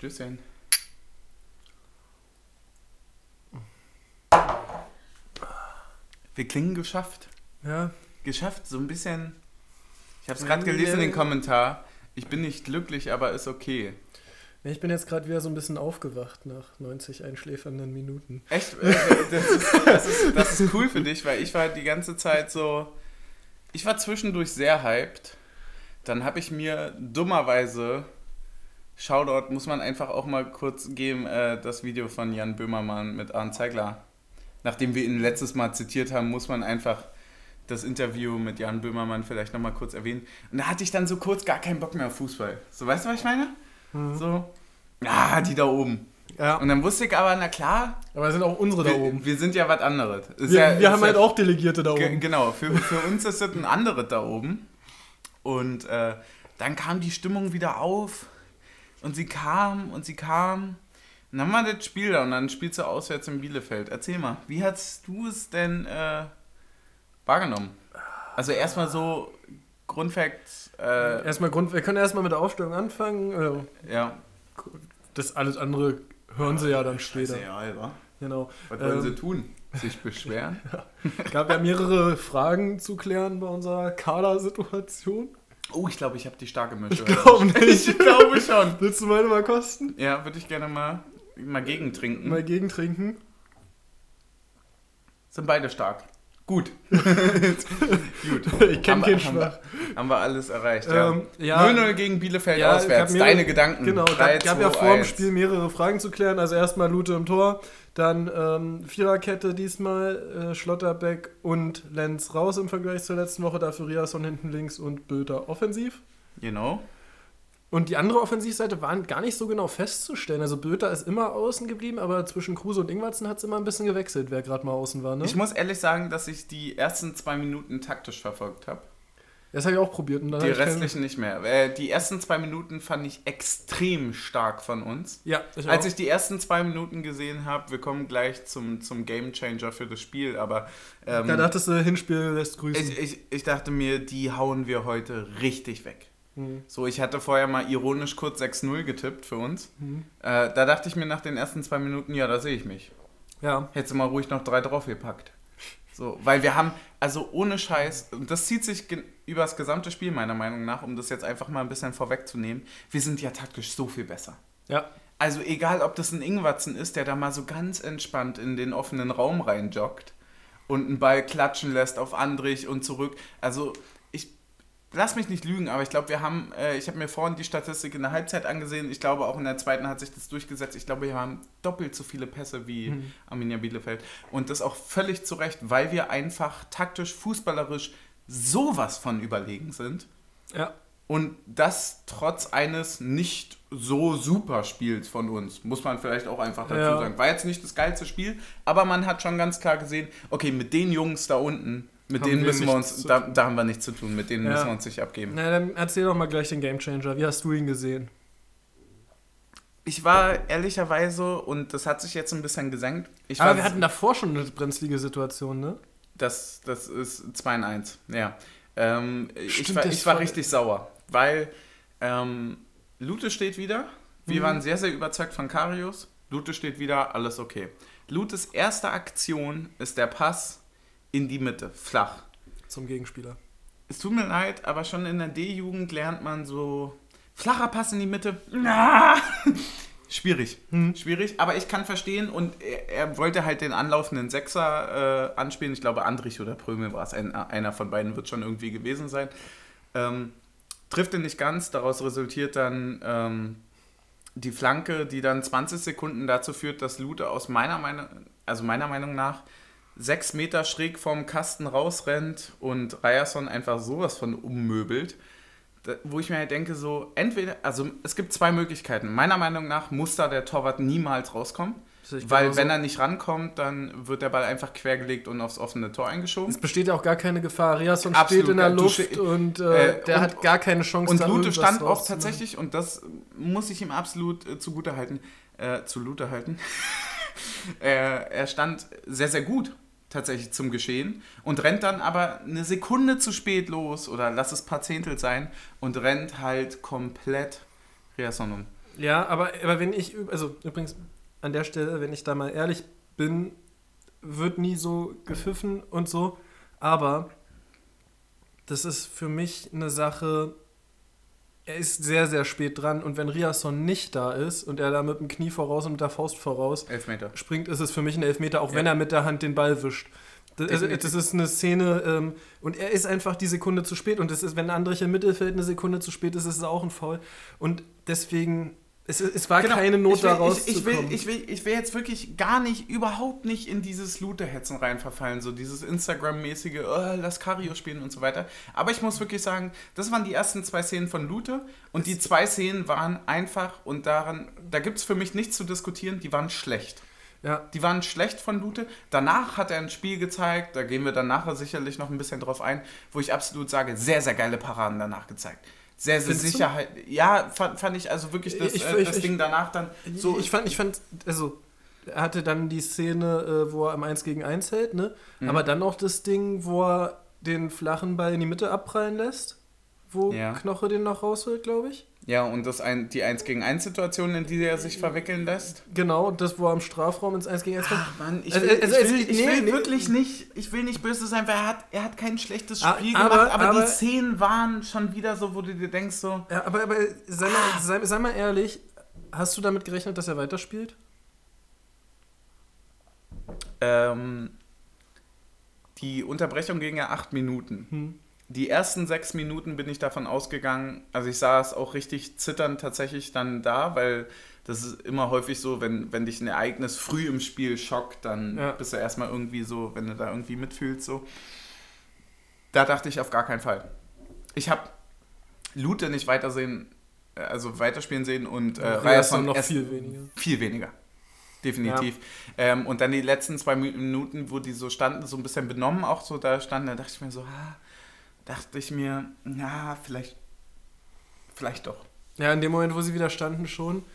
Stößchen. Wir klingen geschafft. Ja. Geschafft, so ein bisschen. Ich habe es gerade gelesen, den Kommentar. Ich bin nicht glücklich, aber ist okay. Ich bin jetzt gerade wieder so ein bisschen aufgewacht nach 90 einschläfernden Minuten. Echt? Das ist cool für dich, weil ich war die ganze Zeit so... Ich war zwischendurch sehr hyped. Dann habe ich mir dummerweise... Shoutout muss man einfach auch mal kurz geben, das Video von Jan Böhmermann mit Arndt Zeigler. Nachdem wir ihn letztes Mal zitiert haben, muss man einfach das Interview mit Jan Böhmermann vielleicht nochmal kurz erwähnen. Und da hatte ich dann so kurz gar keinen Bock mehr auf Fußball. So, weißt du, was ich meine? So, ja, die da oben. Ja. Und dann wusste ich aber, na klar. Aber es sind auch unsere da oben. Wir sind ja was anderes. Wir haben halt auch Delegierte da oben. Genau, für uns ist das ein anderes da oben. Und dann kam die Stimmung wieder auf. Und sie kam. Und dann war das Spiel da. Und dann spielst du auswärts in Bielefeld. Erzähl mal, wie hast du es denn wahrgenommen? Also erstmal so Grundfacts. Wir können erstmal mit der Aufstellung anfangen. Ja. Das alles andere hören sie ja dann später. Ja, Alter. Genau. Was wollen sie tun? Sich beschweren? Gab ja mehrere Fragen zu klären bei unserer Kadersituation. Oh, ich glaube, ich habe die starke Mische. Ich glaube nicht. Ich glaube schon. Willst du meine mal kosten? Ja, würde ich gerne mal gegentrinken. Mal gegentrinken. Sind beide stark. Gut. Gut. Ich kenne keinen Schwach. Haben wir alles erreicht, ja. 0-0 gegen Bielefeld ja, auswärts. Deine Gedanken. Genau, es gab ja vor dem Spiel mehrere Fragen zu klären. Also erstmal Lute im Tor, dann Viererkette diesmal, Schlotterbeck und Lenz raus im Vergleich zur letzten Woche. Dafür Riasson hinten links und Bülter offensiv. Genau. Und die andere Offensivseite waren gar nicht so genau festzustellen. Also Bülter ist immer außen geblieben, aber zwischen Kruse und Ingwertsen hat es immer ein bisschen gewechselt, wer gerade mal außen war. Ne? Ich muss ehrlich sagen, dass ich die ersten 2 Minuten taktisch verfolgt habe. Das habe ich auch probiert. Und dann die restlichen nicht mehr. Die ersten 2 Minuten fand ich extrem stark von uns. Ja, Als ich die ersten 2 Minuten gesehen habe, wir kommen gleich zum Gamechanger für das Spiel, aber... da dachtest du, Hinspiel lässt grüßen. Ich dachte mir, die hauen wir heute richtig weg. So, ich hatte vorher mal ironisch kurz 6-0 getippt für uns. Da dachte ich mir nach den ersten 2 Minuten, ja, da sehe ich mich. Ja. Hättest du mal ruhig noch 3 draufgepackt. So, weil wir haben, also ohne Scheiß, und das zieht sich über das gesamte Spiel meiner Meinung nach, um das jetzt einfach mal ein bisschen vorwegzunehmen, wir sind ja taktisch so viel besser. Ja. Also egal, ob das ein Ingwertsen ist, der da mal so ganz entspannt in den offenen Raum reinjoggt und einen Ball klatschen lässt auf Andrich und zurück. Also lass mich nicht lügen, aber ich glaube, ich habe mir vorhin die Statistik in der Halbzeit angesehen, ich glaube auch in der zweiten hat sich das durchgesetzt, ich glaube, wir haben doppelt so viele Pässe wie Arminia Bielefeld und das auch völlig zu Recht, weil wir einfach taktisch, fußballerisch sowas von überlegen sind. Ja. Und das trotz eines nicht so super Spiels von uns, muss man vielleicht auch einfach dazu sagen. War jetzt nicht das geilste Spiel, aber man hat schon ganz klar gesehen, okay, mit den Jungs da unten, mit denen müssen wir uns, da haben wir nichts zu tun, mit denen müssen wir uns nicht abgeben. Na, dann erzähl doch mal gleich den Gamechanger. Wie hast du ihn gesehen? Ich war ehrlicherweise, und das hat sich jetzt ein bisschen gesenkt. Aber wir hatten davor schon eine brenzlige Situation, ne? Das ist 2-1, ja. Ich Stimmt, war richtig sauer, weil Lute steht wieder. Wir waren sehr, sehr überzeugt von Karius. Lute steht wieder, alles okay. Lutes erste Aktion ist der Pass in die Mitte, flach. Zum Gegenspieler. Es tut mir leid, aber schon in der D-Jugend lernt man so, flacher Pass in die Mitte, schwierig, aber ich kann verstehen und er wollte halt den anlaufenden Sechser anspielen, ich glaube Andrich oder Prömel war es, einer von beiden wird schon irgendwie gewesen sein, trifft ihn nicht ganz, daraus resultiert dann die Flanke, die dann 20 Sekunden dazu führt, dass Lute aus meiner Meinung nach 6 Meter schräg vorm Kasten rausrennt und Ryerson einfach sowas von ummöbelt, wo ich mir halt denke, so entweder, also es gibt 2 Möglichkeiten. Meiner Meinung nach muss da der Torwart niemals rauskommen, weil wenn er nicht rankommt, dann wird der Ball einfach quergelegt und aufs offene Tor eingeschoben. Es besteht ja auch gar keine Gefahr. Ryerson steht in der Luft und der hat gar keine Chance. Und Lute stand auch tatsächlich, und das muss ich ihm absolut zugute halten, er stand sehr, sehr gut tatsächlich zum Geschehen und rennt dann aber eine Sekunde zu spät los oder lass es paar Zehntel sein und rennt halt komplett Ryerson um. Ja, aber wenn ich, also übrigens an der Stelle, wenn ich da mal ehrlich bin, wird nie so gepfiffen und so, aber das ist für mich eine Sache, er ist sehr, sehr spät dran und wenn Riasson nicht da ist und er da mit dem Knie voraus und mit der Faust voraus Elfmeter. springt, ist es für mich ein Elfmeter, auch wenn er mit der Hand den Ball wischt. Das ist eine Szene und er ist einfach die Sekunde zu spät und das ist, wenn Andrich im Mittelfeld eine Sekunde zu spät ist, ist es auch ein Foul und deswegen, es war keine Not da rauszukommen. Ich will jetzt wirklich überhaupt nicht in dieses Lute-Hetzen rein verfallen, so dieses Instagram-mäßige, lass Karius spielen und so weiter, aber ich muss wirklich sagen, das waren die ersten 2 Szenen von Lute und die 2 Szenen waren einfach und da gibt es für mich nichts zu diskutieren, die waren schlecht. Ja. Die waren schlecht von Lute. Danach hat er ein Spiel gezeigt, da gehen wir dann nachher sicherlich noch ein bisschen drauf ein, wo ich absolut sage, sehr, sehr geile Paraden danach gezeigt. Sehr, sehr Sicherheit. Ja, fand ich also wirklich das Ding danach dann so. Ich fand, also er hatte dann die Szene, wo er am 1 gegen 1 hält, ne? Mhm. Aber dann auch das Ding, wo er den flachen Ball in die Mitte abprallen lässt, wo Knoche den noch rausholt, glaube ich. Ja, und die 1 gegen 1 Situation, in die er sich verwickeln lässt. Genau, und das, wo er im Strafraum ins 1 gegen 1 kommt. Ach Mann, ich will nicht böse sein, weil er hat kein schlechtes Spiel gemacht, aber die Szenen waren schon wieder so, wo du dir denkst so... Ja, aber sei mal ehrlich, hast du damit gerechnet, dass er weiterspielt? Die Unterbrechung ging ja 8 Minuten. Die ersten 6 Minuten bin ich davon ausgegangen, also ich saß auch richtig zitternd tatsächlich dann da, weil das ist immer häufig so, wenn dich ein Ereignis früh im Spiel schockt, dann bist du erstmal irgendwie so, wenn du da irgendwie mitfühlst, so. Da dachte ich auf gar keinen Fall. Ich habe Lute nicht weiterspielen sehen und Riasson noch viel weniger. Viel weniger. Definitiv. Ja. Und dann die letzten 2 Minuten, wo die so standen, so ein bisschen benommen auch so da standen, da dachte ich mir, na, vielleicht doch. Ja, in dem Moment, wo sie wieder standen, schon.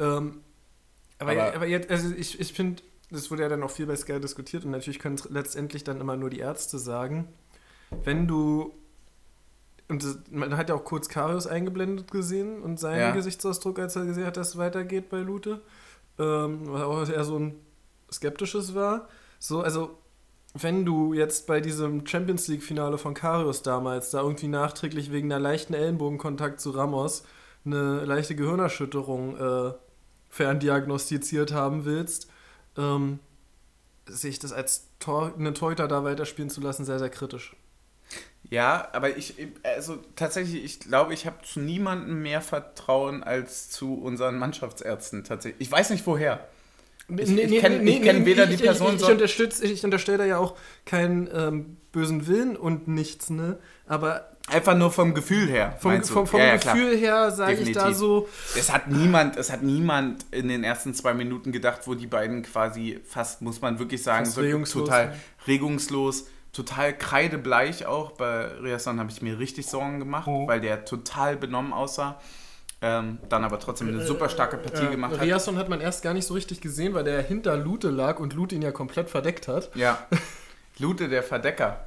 Aber jetzt, also ich finde, das wurde ja dann auch viel bei Sky diskutiert und natürlich können es letztendlich dann immer nur die Ärzte sagen, wenn du, man hat ja auch kurz Karius eingeblendet gesehen und seinen Gesichtsausdruck, als er gesehen hat, dass es weitergeht bei Lute, was auch eher so ein skeptisches war. So, also wenn du jetzt bei diesem Champions-League-Finale von Karius damals da irgendwie nachträglich wegen einer leichten Ellenbogenkontakt zu Ramos eine leichte Gehirnerschütterung ferndiagnostiziert haben willst, sehe ich das als einen Torhüter da weiterspielen zu lassen sehr, sehr kritisch. Ja, aber tatsächlich, ich glaube, ich habe zu niemandem mehr Vertrauen als zu unseren Mannschaftsärzten tatsächlich. Ich weiß nicht woher. Ich kenne weder die Person... Ich unterstelle da ja auch keinen bösen Willen und nichts, ne? Aber... Einfach nur vom Gefühl her. Vom Gefühl her sage ich da so... Es hat niemand in den ersten 2 Minuten gedacht, wo die beiden quasi fast, muss man wirklich sagen, total regungslos, total kreidebleich auch. Bei Riasson habe ich mir richtig Sorgen gemacht, weil der total benommen aussah. Dann aber trotzdem eine super starke Partie gemacht hat. Riasson hat man erst gar nicht so richtig gesehen, weil der hinter Lute lag und Lute ihn ja komplett verdeckt hat. Ja, Lute der Verdecker.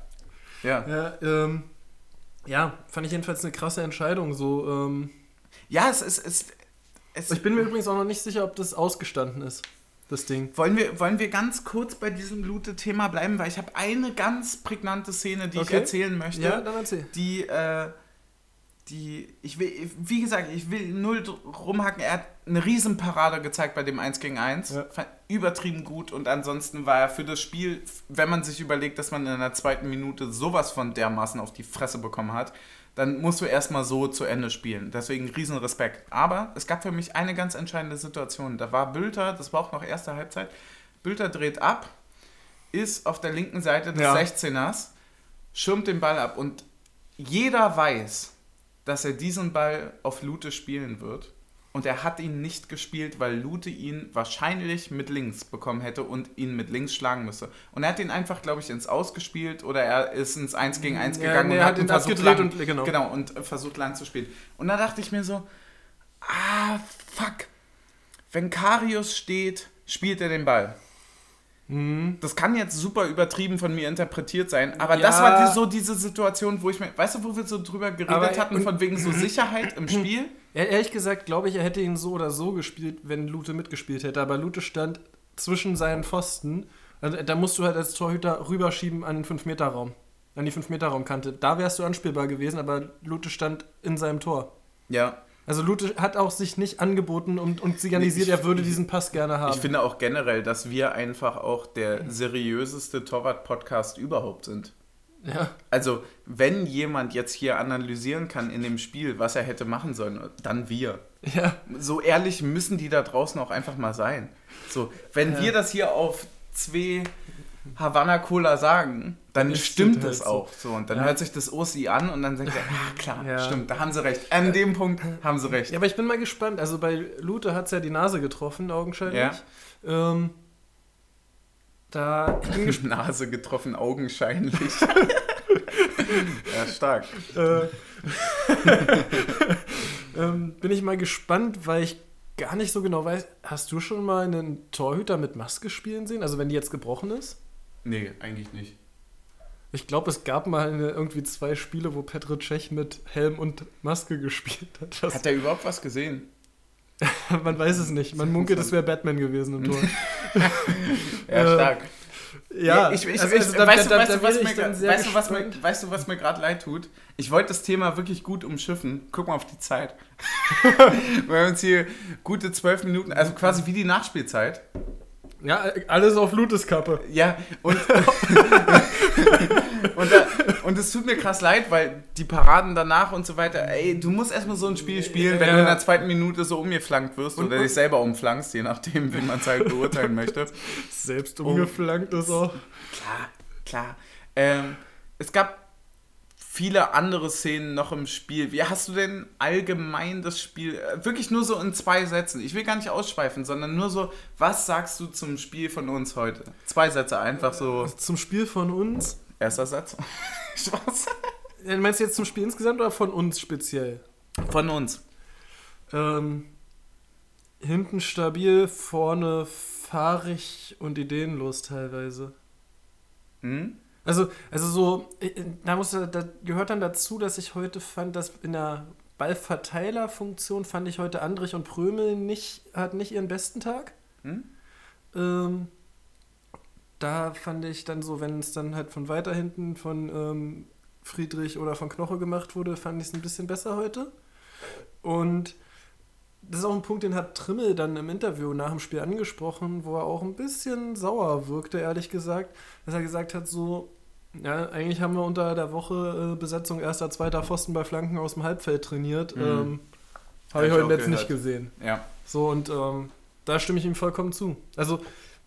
Ja, fand ich jedenfalls eine krasse Entscheidung. So, ja, ich bin mir übrigens auch noch nicht sicher, ob das ausgestanden ist, das Ding. Wollen wir ganz kurz bei diesem Lute-Thema bleiben, weil ich habe eine ganz prägnante Szene, die ich erzählen möchte. Ja, dann erzähl. Ich will null rumhacken. Er hat eine Riesenparade gezeigt bei dem 1 gegen 1. Ja. Übertrieben gut und ansonsten war er für das Spiel, wenn man sich überlegt, dass man in der 2. Minute sowas von dermaßen auf die Fresse bekommen hat, dann musst du erstmal so zu Ende spielen. Deswegen riesen Respekt. Aber es gab für mich eine ganz entscheidende Situation. Da war Bülter, das war auch noch erste Halbzeit, Bülter dreht ab, ist auf der linken Seite des 16ers, schirmt den Ball ab und jeder weiß, dass er diesen Ball auf Lute spielen wird. Und er hat ihn nicht gespielt, weil Lute ihn wahrscheinlich mit links bekommen hätte und ihn mit links schlagen müsste. Und er hat ihn einfach, glaube ich, ins Ausgespielt oder er ist ins 1 gegen 1 gegangen und hat ihn versucht versucht lang zu spielen. Und da dachte ich mir so, fuck, wenn Karius steht, spielt er den Ball. Das kann jetzt super übertrieben von mir interpretiert sein, aber das war diese Situation, wo ich mir, weißt du, wo wir so drüber geredet hatten, von wegen so Sicherheit im Spiel? Ehrlich gesagt, glaube ich, er hätte ihn so oder so gespielt, wenn Lute mitgespielt hätte. Aber Lute stand zwischen seinen Pfosten. Also, da musst du halt als Torhüter rüberschieben an den 5-Meter-Raum. An die 5-Meter-Raumkante. Da wärst du anspielbar gewesen, aber Lute stand in seinem Tor. Ja. Also Lute hat auch sich nicht angeboten und signalisiert, er würde diesen Pass gerne haben. Ich finde auch generell, dass wir einfach auch der seriöseste Torwart-Podcast überhaupt sind. Ja. Also, wenn jemand jetzt hier analysieren kann in dem Spiel, was er hätte machen sollen, dann wir. Ja. So ehrlich müssen die da draußen auch einfach mal sein. So, wenn wir das hier auf 2 Havana Cola sagen, dann stimmt es halt auch. So, und dann hört sich das Ossi an und dann sagt er, klar, stimmt, da haben sie recht. An dem Punkt haben sie recht. Ja, aber ich bin mal gespannt. Also bei Lute hat es ja die Nase getroffen, augenscheinlich. Ja. Ich bin Nase getroffen, augenscheinlich. Ja, stark. Bin ich mal gespannt, weil ich gar nicht so genau weiß. Hast du schon mal einen Torhüter mit Maske spielen sehen? Also wenn die jetzt gebrochen ist? Nee, eigentlich nicht. Ich glaube, es gab mal irgendwie 2 Spiele, wo Petr Cech mit Helm und Maske gespielt hat. Hat er überhaupt was gesehen? Man weiß es nicht. Man munkelt, es wäre Batman gewesen im Tor. Ja, stark. Ja, weißt du, was mir gerade leid tut? Ich wollte das Thema wirklich gut umschiffen. Guck mal auf die Zeit. Wir haben uns hier gute 12 Minuten, also quasi wie die Nachspielzeit. Ja, alles auf Lutes Kappe. Ja, und es tut mir krass leid, weil die Paraden danach und so weiter, ey, du musst erstmal so ein Spiel spielen, wenn du in der 2. Minute so umgeflankt wirst oder dich selber umflankst, je nachdem, wie man es halt beurteilen möchte. Selbst umgeflankt ist auch. Klar. Es gab viele andere Szenen noch im Spiel. Wie hast du denn allgemein das Spiel, wirklich nur so in 2 Sätzen, ich will gar nicht ausschweifen, sondern nur so, was sagst du zum Spiel von uns heute? 2 Sätze, einfach so. Zum Spiel von uns? Erster Satz. Spaß. Meinst du jetzt zum Spiel insgesamt oder von uns speziell? Von uns. Hinten stabil, vorne fahrig und ideenlos teilweise. Hm? Also so, da gehört dann dazu, dass ich heute fand, dass in der Ballverteilerfunktion fand ich heute Andrich und Prömel hat nicht ihren besten Tag. Da fand ich dann so, wenn es dann halt von weiter hinten von Friedrich oder von Knoche gemacht wurde, fand ich es ein bisschen besser heute. Und das ist auch ein Punkt, den hat Trimmel dann im Interview nach dem Spiel angesprochen, wo er auch ein bisschen sauer wirkte, ehrlich gesagt, dass er gesagt hat, so, ja, eigentlich haben wir unter der Woche Besetzung 1., 2. Pfosten bei Flanken aus dem Halbfeld trainiert. Habe ich heute jetzt nicht gesehen. Ja. So, und da stimme ich ihm vollkommen zu. Also,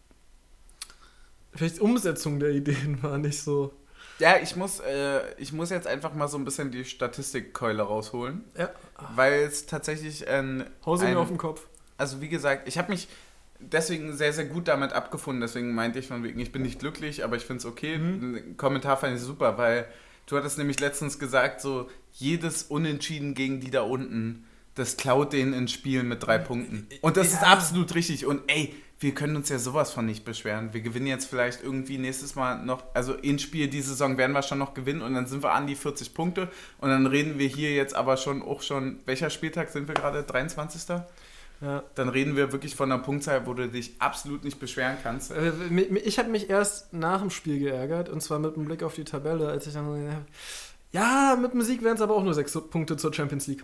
vielleicht die Umsetzung der Ideen war nicht so. Ja, ich muss jetzt einfach mal so ein bisschen die Statistikkeule rausholen. Ja. Weil es tatsächlich Hau sie mir auf den Kopf. Also wie gesagt, ich habe mich deswegen sehr, sehr gut damit abgefunden. Deswegen meinte ich von wegen, ich bin nicht glücklich, aber ich finde es okay. Den Kommentar fand ich super, weil du hattest nämlich letztens gesagt, so jedes Unentschieden gegen die da unten, das klaut denen in Spielen mit 3 Punkten. Und das ist absolut richtig. Und ey, wir können uns ja sowas von nicht beschweren. Wir gewinnen jetzt vielleicht irgendwie nächstes Mal noch, also ein Spiel die Saison werden wir schon noch gewinnen und dann sind wir an die 40 Punkte und dann reden wir hier jetzt aber schon, welcher Spieltag sind wir gerade? 23. Ja. Dann reden wir wirklich von einer Punktzahl, wo du dich absolut nicht beschweren kannst. Ich habe mich erst nach dem Spiel geärgert und zwar mit dem Blick auf die Tabelle, als ich dann so gesagt habe, ja, mit dem Sieg wären es aber auch nur 6 Punkte zur Champions League.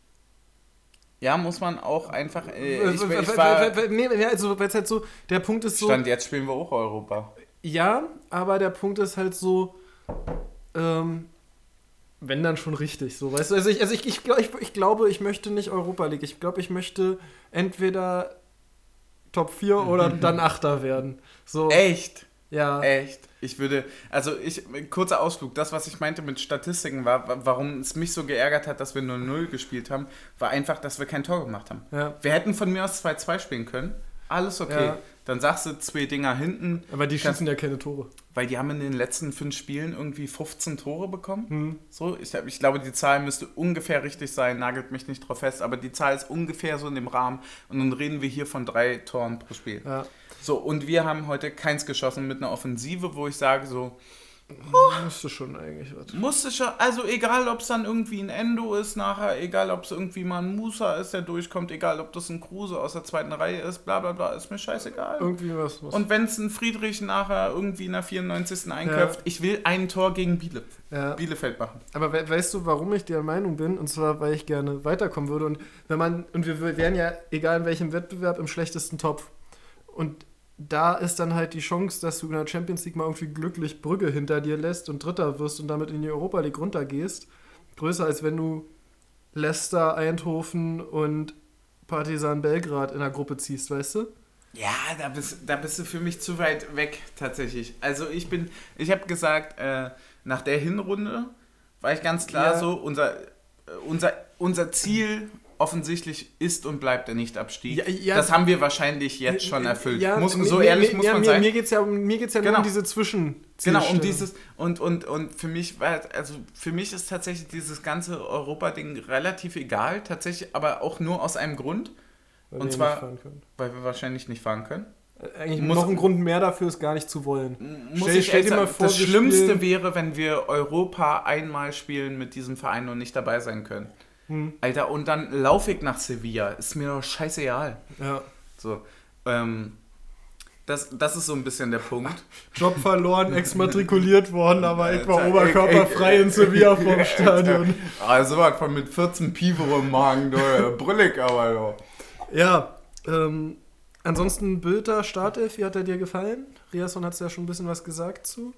Ja, muss man auch einfach. Also, weil es halt so, der Punkt ist so. Stand jetzt spielen wir auch Europa. Ja, aber der Punkt ist halt so, wenn dann schon richtig, so, weißt du? Also ich glaube, ich möchte nicht Europa League. Ich glaube, ich möchte entweder Top 4 oder dann Achter werden. So. Echt? Ja. Echt? Kurzer Ausflug, das, was ich meinte mit Statistiken war, warum es mich so geärgert hat, dass wir 0-0 gespielt haben, war einfach, dass wir kein Tor gemacht haben. Ja. Wir hätten von mir aus 2-2 spielen können, alles okay. Ja. Dann sagst du 2 Dinger hinten. Aber die schießen ja keine Tore. Weil die haben in den letzten 5 Spielen irgendwie 15 Tore bekommen. So, ich glaube, die Zahl müsste ungefähr richtig sein, nagelt mich nicht drauf fest, aber die Zahl ist ungefähr so in dem Rahmen und dann reden wir hier von 3 Toren pro Spiel. Ja. So, und wir haben heute keins geschossen mit einer Offensive, wo ich sage so, Musste schon eigentlich. Musste schon, also egal, ob es dann irgendwie ein Endo ist nachher, egal, ob es irgendwie mal ein Musa ist, der durchkommt, egal, ob das ein Kruse aus der zweiten Reihe ist, bla bla bla, ist mir scheißegal. Irgendwie was. Und wenn es ein Friedrich nachher irgendwie in der 94. einköpft, ich will ein Tor gegen Bielefeld machen. Aber weißt du, warum ich der Meinung bin? Und zwar, weil ich gerne weiterkommen würde. Und wir wären ja, egal in welchem Wettbewerb, im schlechtesten Topf. Und da ist dann halt die Chance, dass du in der Champions League mal irgendwie glücklich Brügge hinter dir lässt und Dritter wirst und damit in die Europa League runtergehst, größer als wenn du Leicester, Eindhoven und Partizan Belgrad in der Gruppe ziehst, weißt du? Ja, da bist du für mich zu weit weg, tatsächlich. Also ich habe gesagt, nach der Hinrunde war ich ganz klar so, unser Ziel offensichtlich ist und bleibt der Nichtabstieg. Das haben wir wahrscheinlich jetzt schon erfüllt. Ehrlich muss man sein. Mir geht's ja nur um diese Zwischenzielstellung. Genau, um dieses und für mich ist tatsächlich dieses ganze Europa-Ding relativ egal, tatsächlich, aber auch nur aus einem Grund. Weil und zwar, weil wir wahrscheinlich nicht fahren können. Eigentlich noch ein Grund mehr dafür ist, gar nicht zu wollen. Stell dir mal vor, das Schlimmste wäre, wenn wir Europa einmal spielen mit diesem Verein und nicht dabei sein können. Alter, und dann laufe ich nach Sevilla. Ist mir doch scheißegal. Ja. So, das ist so ein bisschen der Punkt. Job verloren, exmatrikuliert worden, aber ich war oberkörperfrei in Sevilla vom Stadion. Also was von mit 14 Pivo im Magen, brüllig aber doch. Ja, ansonsten Bülter, Startelf, wie hat er dir gefallen? Riasson hat es ja schon ein bisschen was gesagt zu.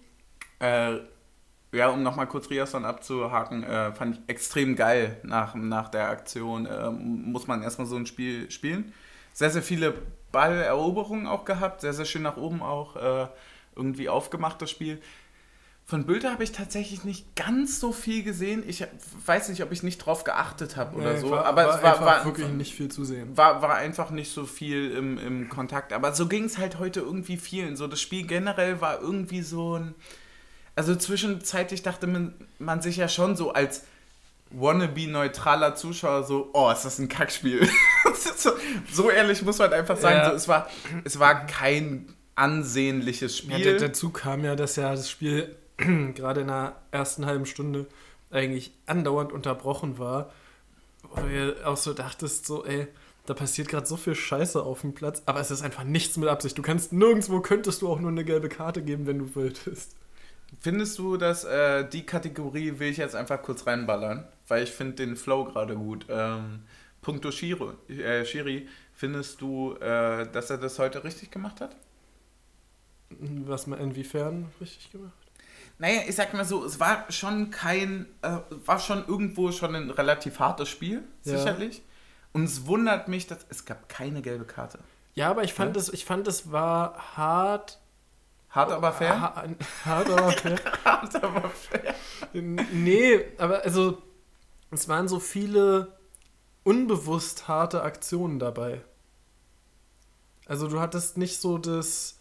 Ja, um nochmal kurz Riasson abzuhaken, fand ich extrem geil nach der Aktion. Muss man erstmal so ein Spiel spielen. Sehr, sehr viele Balleroberungen auch gehabt, sehr, sehr schön nach oben auch irgendwie aufgemacht, das Spiel. Von Bülter habe ich tatsächlich nicht ganz so viel gesehen. Ich weiß nicht, ob ich nicht drauf geachtet habe oder so. Aber es war wirklich nicht viel zu sehen. War einfach nicht so viel im Kontakt. Aber so ging es halt heute irgendwie vielen. So, das Spiel generell war irgendwie so ein... Also zwischenzeitlich dachte man sich ja schon so als wannabe-neutraler Zuschauer so, oh, ist das ein Kackspiel. So ehrlich muss man einfach sagen. Ja. So, es war kein ansehnliches Spiel. Ja, dazu kam ja, dass ja das Spiel gerade in der ersten halben Stunde eigentlich andauernd unterbrochen war. Wo du ja auch so dachtest, so, ey, da passiert gerade so viel Scheiße auf dem Platz, aber es ist einfach nichts mit Absicht. Könntest du auch nur eine gelbe Karte geben, wenn du wolltest. Findest du, dass die Kategorie will ich jetzt einfach kurz reinballern, weil ich finde den Flow gerade gut. Punkto Schiri, findest du, dass er das heute richtig gemacht hat? Was man inwiefern richtig gemacht? Naja, ich sag mal so, es war schon war schon irgendwo schon ein relativ hartes Spiel, sicherlich. Und es wundert mich, dass es gab keine gelbe Karte. Ja, aber ich fand es war hart. Hart aber fair? Hart aber fair. Hart aber fair. Nee, aber also es waren so viele unbewusst harte Aktionen dabei. Also du hattest nicht so das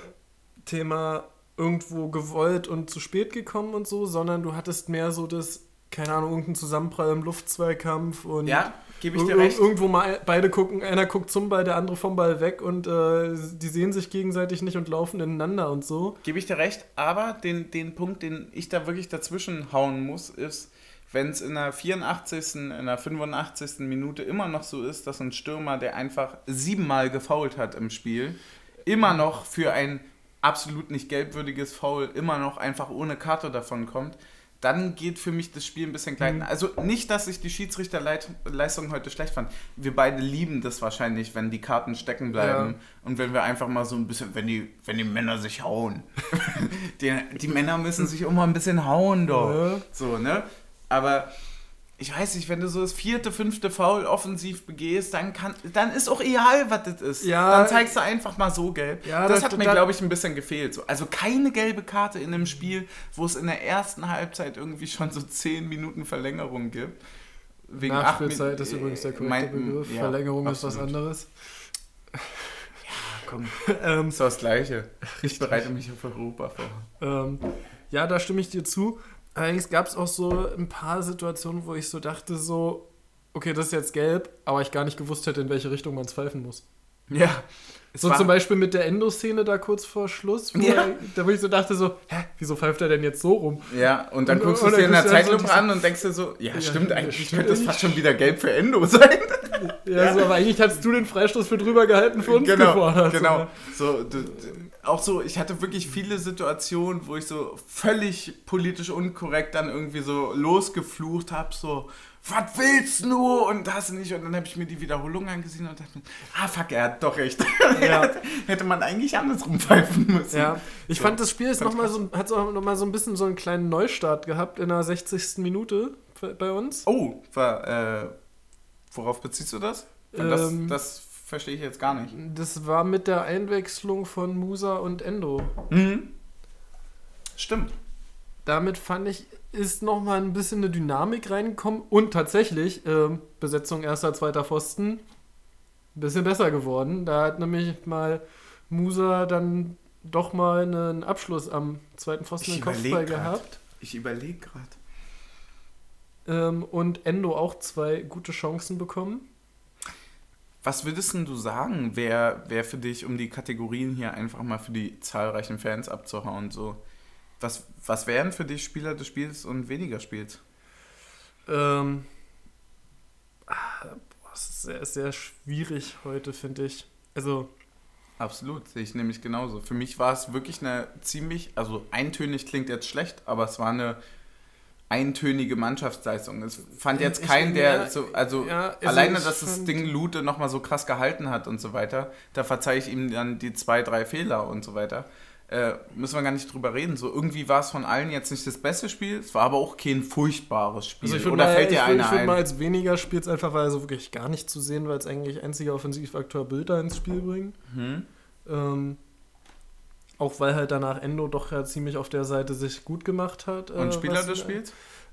Thema irgendwo gewollt und zu spät gekommen und so, sondern du hattest mehr so das, keine Ahnung, irgendein Zusammenprall im Luftzweikampf und ja, gebe ich dir recht. Irgendwo mal beide gucken, einer guckt zum Ball, der andere vom Ball weg und die sehen sich gegenseitig nicht und laufen ineinander und so. Gebe ich dir recht, aber den Punkt, den ich da wirklich dazwischen hauen muss, ist, wenn es in der 84., in der 85. Minute immer noch so ist, dass ein Stürmer, der einfach 7-mal gefoult hat im Spiel, immer noch für ein absolut nicht gelbwürdiges Foul immer noch einfach ohne Karte davon kommt, dann geht für mich das Spiel ein bisschen gleiten. Also nicht, dass ich die Schiedsrichterleistung heute schlecht fand. Wir beide lieben das wahrscheinlich, wenn die Karten stecken bleiben und wenn wir einfach mal so ein bisschen, wenn die Männer sich hauen. die Männer müssen sich immer ein bisschen hauen, doch. Ja. So, ne? Aber ich weiß nicht, wenn du so das 4., 5. Foul offensiv begehst, dann ist auch egal, was das ist. Ja, dann zeigst du einfach mal so gelb. Ja, das hat mir, glaube ich, ein bisschen gefehlt. So. Also keine gelbe Karte in einem Spiel, wo es in der ersten Halbzeit irgendwie schon so 10 Minuten Verlängerung gibt. Wegen Nachspielzeit ist übrigens der korrekte Begriff. Ja, Verlängerung absolut. Ist was anderes. Ja, komm. Ist das Gleiche. Ich bereite mich auf Europa vor. Ja, da stimme ich dir zu. Allerdings gab es auch so ein paar Situationen, wo ich so dachte, so, okay, das ist jetzt gelb, aber ich gar nicht gewusst hätte, in welche Richtung man es pfeifen muss. Ja. So zum Beispiel mit der Endo-Szene da kurz vor Schluss, wo ich so dachte so, wieso pfeift er denn jetzt so rum? Ja, und dann guckst du es dir in der Zeitlupe an und denkst dir so, stimmt, eigentlich könnte das fast schon wieder gelb für Endo sein. Ja, so, aber eigentlich hast du den Freistoß für drüber gehalten für uns gefordert. Genau. So, auch so, ich hatte wirklich viele Situationen, wo ich so völlig politisch unkorrekt dann irgendwie so losgeflucht habe, so, was willst du? Und das nicht. Und dann habe ich mir die Wiederholung angesehen und dachte mir, fuck, er hat doch recht. Ja. Hätte man eigentlich andersrum pfeifen müssen. Ja, ich fand, das Spiel ist noch mal so ein bisschen so einen kleinen Neustart gehabt in der 60. Minute bei uns. Oh, worauf beziehst du das? Das verstehe ich jetzt gar nicht. Das war mit der Einwechslung von Musa und Endo. Mhm. Stimmt. Damit fand ich, ist nochmal ein bisschen eine Dynamik reingekommen und tatsächlich Besetzung erster, zweiter Pfosten ein bisschen besser geworden. Da hat nämlich mal Musa dann doch mal einen Abschluss am zweiten Pfosten im Kopfball gehabt. Ich überlege gerade. Und Endo auch 2 gute Chancen bekommen. Was würdest du sagen, wer für dich, um die Kategorien hier einfach mal für die zahlreichen Fans abzuhauen, so? Was wären für dich Spieler des Spiels und weniger Spiels? Das ist sehr, sehr schwierig heute, finde ich. Also absolut, sehe ich nämlich genauso. Für mich war es wirklich eine eintönig klingt jetzt schlecht, aber es war eine eintönige Mannschaftsleistung. Es fand jetzt keinen, alleine, dass das Ding Lute nochmal so krass gehalten hat und so weiter, da verzeihe ich ihm dann die 2, 3 Fehler und so weiter. Müssen wir gar nicht drüber reden. So, irgendwie war es von allen jetzt nicht das beste Spiel, es war aber auch kein furchtbares Spiel. Also fällt dir einer ein? Ich würde mal als weniger Spiels einfach, weil so wirklich gar nicht zu sehen, weil es eigentlich einziger Offensivakteur Bilder ins Spiel bringt. Auch weil halt danach Endo doch ja ziemlich auf der Seite sich gut gemacht hat. Und Spieler des Spiels?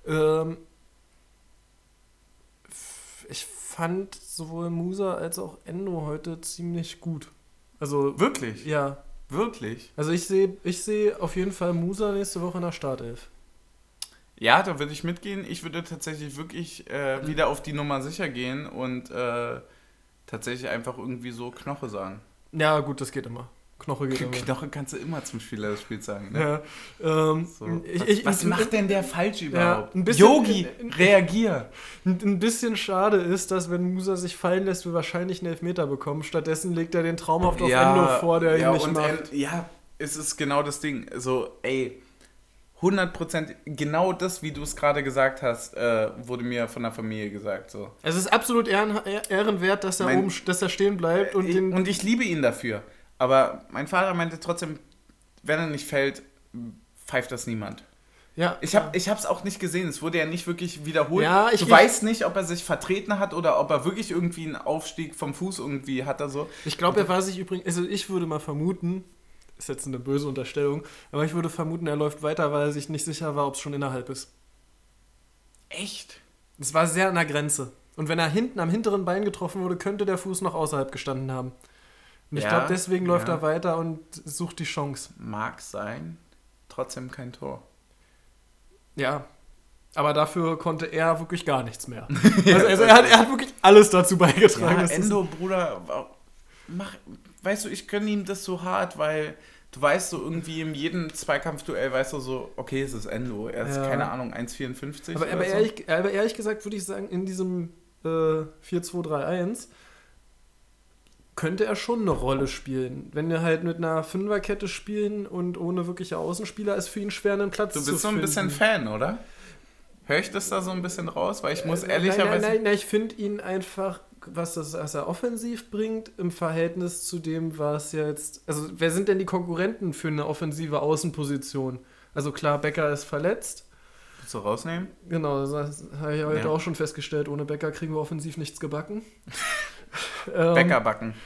Ich fand sowohl Musa als auch Endo heute ziemlich gut. Also wirklich? Ja. Wirklich? Also ich sehe auf jeden Fall Musa nächste Woche in der Startelf. Ja, da würde ich mitgehen. Ich würde tatsächlich wirklich wieder auf die Nummer sicher gehen und tatsächlich einfach irgendwie so Knoche sagen. Ja, gut, das geht immer. Knoche geht immer. Knoche kannst du immer zum Spieler des Spiels sagen. Ne? Ja, so. Was macht denn der falsch überhaupt? Ja, Yogi, reagier! Ein bisschen schade ist, dass wenn Musa sich fallen lässt, wir wahrscheinlich einen Elfmeter bekommen. Stattdessen legt er den traumhaft auf Endo vor, der ihn nicht macht. Es ist genau das Ding. So, 100% genau das, wie du es gerade gesagt hast, wurde mir von der Familie gesagt. So. Es ist absolut ehrenwert, dass er dass er stehen bleibt. Und ich liebe ihn dafür. Aber mein Vater meinte trotzdem, wenn er nicht fällt, pfeift das niemand. Ja, ich hab's auch nicht gesehen. Es wurde ja nicht wirklich wiederholt. Ja, du weißt nicht, ob er sich vertreten hat oder ob er wirklich irgendwie einen Aufstieg vom Fuß irgendwie hat. So. Ich glaube, er war sich übrigens... Also ich würde mal vermuten, ist jetzt eine böse Unterstellung, aber ich würde vermuten, er läuft weiter, weil er sich nicht sicher war, ob es schon innerhalb ist. Echt? Es war sehr an der Grenze. Und wenn er hinten am hinteren Bein getroffen wurde, könnte der Fuß noch außerhalb gestanden haben. Und ich glaube, deswegen läuft er weiter und sucht die Chance. Mag sein, trotzdem kein Tor. Ja, aber dafür konnte er wirklich gar nichts mehr. Also er hat wirklich alles dazu beigetragen. Ja, Endo, Bruder, weißt du, ich gönne ihm das so hart, weil du weißt so irgendwie in jedem Zweikampfduell, weißt du so, okay, es ist Endo. Er ist, keine Ahnung, 1,54. Aber ehrlich gesagt würde ich sagen, in diesem 4-2-3-1 könnte er schon eine Rolle spielen. Wenn wir halt mit einer Fünferkette spielen und ohne wirkliche Außenspieler, ist für ihn schwer, einen Platz zu finden. Du bist so ein bisschen Fan, oder? Höre ich das da so ein bisschen raus? Weil ich muss ehrlicherweise... Nein, ich finde ihn einfach, was er offensiv bringt, im Verhältnis zu dem, was jetzt... Also, wer sind denn die Konkurrenten für eine offensive Außenposition? Also klar, Becker ist verletzt. Willst du rausnehmen? Genau, das habe ich heute auch schon festgestellt. Ohne Becker kriegen wir offensiv nichts gebacken. Bäckerbacken.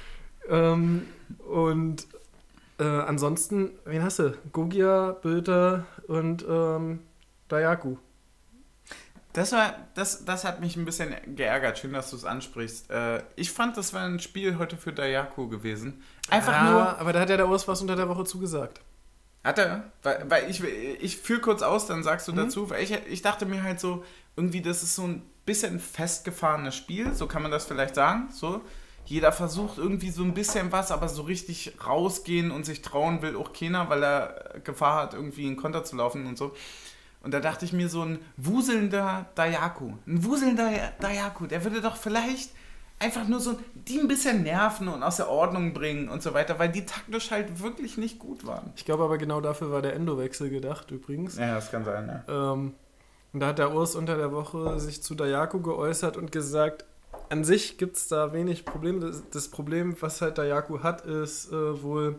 Und ansonsten, wen hast du? Gogia, Bülter und Dayaku. Das hat mich ein bisschen geärgert. Schön, dass du es ansprichst. Ich fand, das war ein Spiel heute für Dayaku gewesen. Aber da hat ja der Urs was unter der Woche zugesagt. Hat er? Weil ich führe kurz aus, dann sagst du dazu. Weil ich dachte mir halt so, irgendwie, das ist so ein bisschen festgefahrenes Spiel, so kann man das vielleicht sagen. So. Jeder versucht irgendwie so ein bisschen was, aber so richtig rausgehen und sich trauen will auch keiner, weil er Gefahr hat, irgendwie in Konter zu laufen und so. Und da dachte ich mir, so ein wuselnder Dayaku, der würde doch vielleicht einfach nur so die ein bisschen nerven und aus der Ordnung bringen und so weiter, weil die taktisch halt wirklich nicht gut waren. Ich glaube aber genau dafür war der Endo-Wechsel gedacht übrigens. Ja, das kann sein, ja. Und da hat der Urs unter der Woche sich zu Dayaku geäußert und gesagt, an sich gibt es da wenig Probleme. Das Problem, was halt Dayaku hat, ist wohl,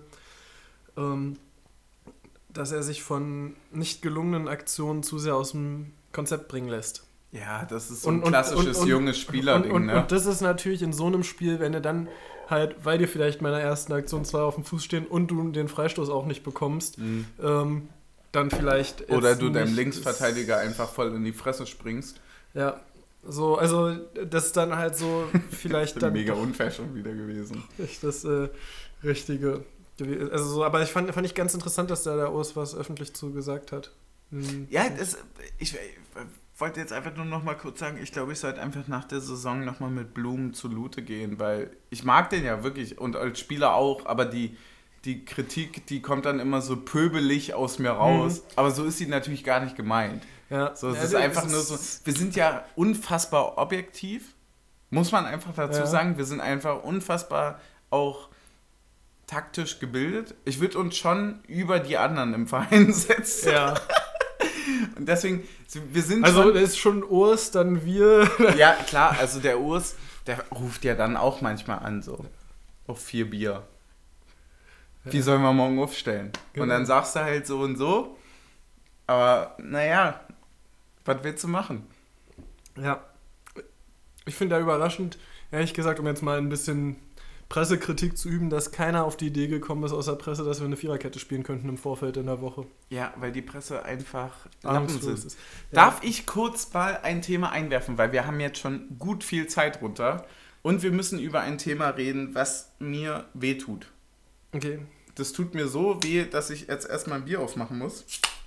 dass er sich von nicht gelungenen Aktionen zu sehr aus dem Konzept bringen lässt. Ja, das ist so ein klassisches junges Spielerding. Ne? Und das ist natürlich in so einem Spiel, wenn du dann halt, weil dir vielleicht bei einer ersten Aktion 2 auf dem Fuß stehen und du den Freistoß auch nicht bekommst, dann vielleicht... Oder du deinem Linksverteidiger einfach voll in die Fresse springst. Ja, so, also das ist dann halt so vielleicht dann... Mega unfair schon wieder gewesen. Das Richtige. Also so, aber fand ich ganz interessant, dass da der Urs was öffentlich zu gesagt hat. Ja, ich wollte jetzt einfach nur noch mal kurz sagen, ich glaube, ich sollte einfach nach der Saison noch mal mit Blumen zu Lute gehen, weil ich mag den ja wirklich und als Spieler auch, aber die Kritik, die kommt dann immer so pöbelig aus mir raus, aber so ist sie natürlich gar nicht gemeint. Ja. So, es ist einfach nur so, wir sind ja unfassbar objektiv, muss man einfach dazu sagen, wir sind einfach unfassbar auch taktisch gebildet. Ich würde uns schon über die anderen im Verein setzen. Ja. Und deswegen, wir sind also schon... Also ist schon Urs, dann wir... Ja, klar, also der Urs, der ruft ja dann auch manchmal an, so auf 4 Bier. Wie sollen wir morgen aufstellen? Genau. Und dann sagst du halt so und so, aber naja, was willst du machen? Ja, ich finde da überraschend, ehrlich gesagt, um jetzt mal ein bisschen Pressekritik zu üben, dass keiner auf die Idee gekommen ist aus der Presse, dass wir eine Viererkette spielen könnten im Vorfeld in der Woche. Ja, weil die Presse einfach Lappen sind. Ist. Darf ich kurz mal ein Thema einwerfen, weil wir haben jetzt schon gut viel Zeit runter und wir müssen über ein Thema reden, was mir wehtut. Okay. Das tut mir so weh, dass ich jetzt erstmal ein Bier aufmachen muss.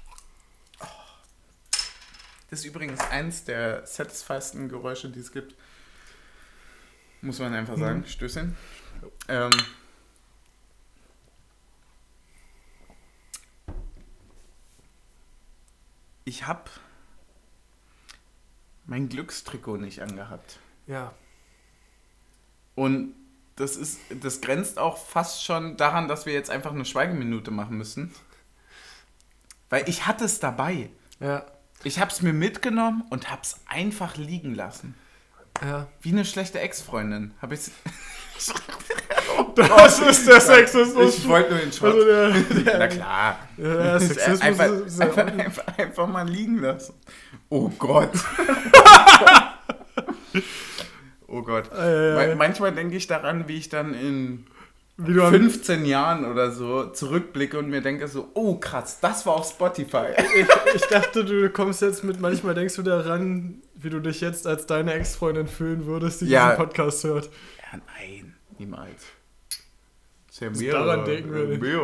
Das ist übrigens eins der satisfiesten Geräusche, die es gibt. Muss man einfach sagen. Stößchen. Ich habe mein Glückstrikot nicht angehabt. Ja. Und das grenzt auch fast schon daran, dass wir jetzt einfach eine Schweigeminute machen müssen. Weil ich hatte es dabei. Ja. Ich habe es mir mitgenommen und habe es einfach liegen lassen. Ja. Wie eine schlechte Ex-Freundin. Habe ich Das ist der Sexismus. Ich wollte nur den Schwarz. Also Na klar. Ja, Sexismus ist einfach mal liegen lassen. Oh Gott. Oh Gott. Manchmal denke ich daran, wie ich dann in 15 Jahren oder so zurückblicke und mir denke so, oh krass, das war auf Spotify. Ich dachte, du kommst jetzt mit, manchmal denkst du daran, wie du dich jetzt als deine Ex-Freundin fühlen würdest, die diesen Podcast hört. Ja, nein, niemals. Sehr daran denken wir nicht.